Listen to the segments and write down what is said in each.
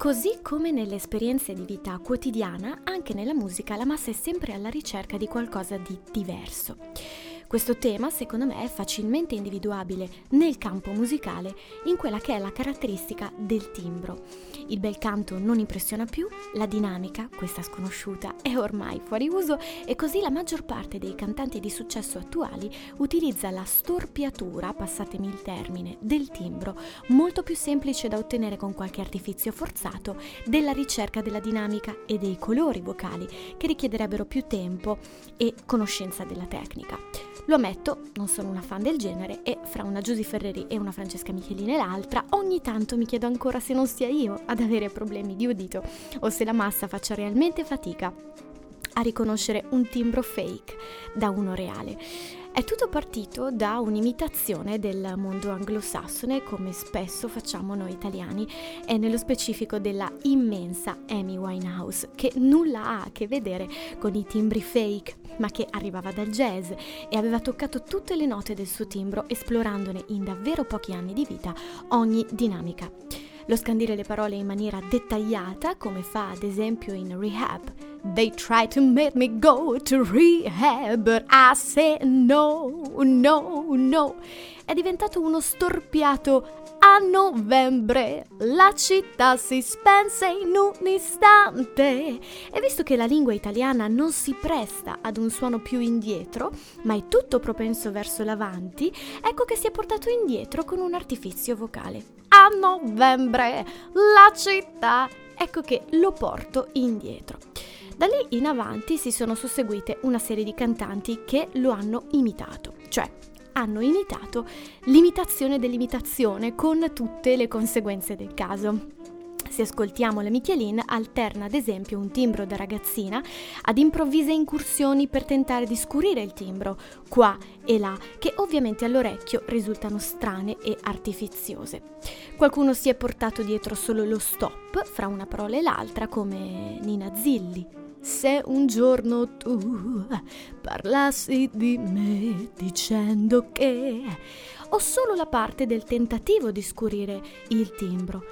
Così come nelle esperienze di vita quotidiana, anche nella musica la massa è sempre alla ricerca di qualcosa di diverso. Questo tema, secondo me, è facilmente individuabile nel campo musicale in quella che è la caratteristica del timbro. Il bel canto non impressiona più, la dinamica, questa sconosciuta, è ormai fuori uso e così la maggior parte dei cantanti di successo attuali utilizza la storpiatura, passatemi il termine, del timbro, molto più semplice da ottenere con qualche artifizio forzato, della ricerca della dinamica e dei colori vocali che richiederebbero più tempo e conoscenza della tecnica. Lo ammetto, non sono una fan del genere e fra una Giusy Ferreri e una Francesca Michelin e l'altra ogni tanto mi chiedo ancora se non sia io ad avere problemi di udito o se la massa faccia realmente fatica a riconoscere un timbro fake da uno reale. È tutto partito da un'imitazione del mondo anglosassone, come spesso facciamo noi italiani, e nello specifico della immensa Amy Winehouse, che nulla ha a che vedere con i timbri fake, ma che arrivava dal jazz e aveva toccato tutte le note del suo timbro, esplorandone in davvero pochi anni di vita ogni dinamica. Lo scandire le parole in maniera dettagliata, come fa ad esempio in Rehab. They try to make me go to rehab, but I say no, no, no. È diventato uno storpiato a novembre, la città si spense in un istante. E visto che la lingua italiana non si presta ad un suono più indietro, ma è tutto propenso verso l'avanti, ecco che si è portato indietro con un artifizio vocale. A novembre, la città, ecco che lo porto indietro. Da lì in avanti si sono susseguite una serie di cantanti che lo hanno imitato, cioè hanno imitato l'imitazione dell'imitazione con tutte le conseguenze del caso. Se ascoltiamo la Michelin, alterna ad esempio un timbro da ragazzina ad improvvise incursioni per tentare di scurire il timbro, qua e là, che ovviamente all'orecchio risultano strane e artifiziose. Qualcuno si è portato dietro solo lo stop fra una parola e l'altra, come Nina Zilli. Se un giorno tu parlassi di me dicendo che... o solo la parte del tentativo di scurire il timbro.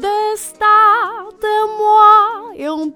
D'estate muoio un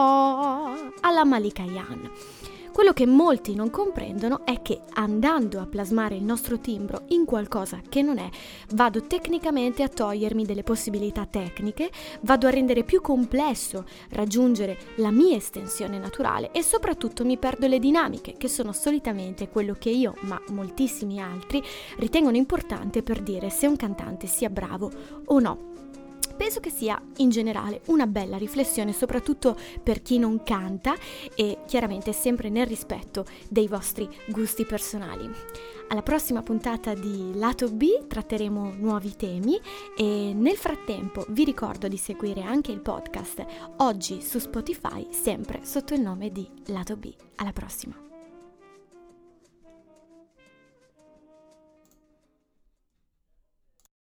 po' alla Malika Ayane. Quello che molti non comprendono è che andando a plasmare il nostro timbro in qualcosa che non è, vado tecnicamente a togliermi delle possibilità tecniche, vado a rendere più complesso raggiungere la mia estensione naturale e soprattutto mi perdo le dinamiche, che sono solitamente quello che io, ma moltissimi altri, ritengono importante per dire se un cantante sia bravo o no. Penso che sia in generale una bella riflessione, soprattutto per chi non canta e chiaramente sempre nel rispetto dei vostri gusti personali. Alla prossima puntata di Lato B tratteremo nuovi temi e nel frattempo vi ricordo di seguire anche il podcast oggi su Spotify, sempre sotto il nome di Lato B. Alla prossima!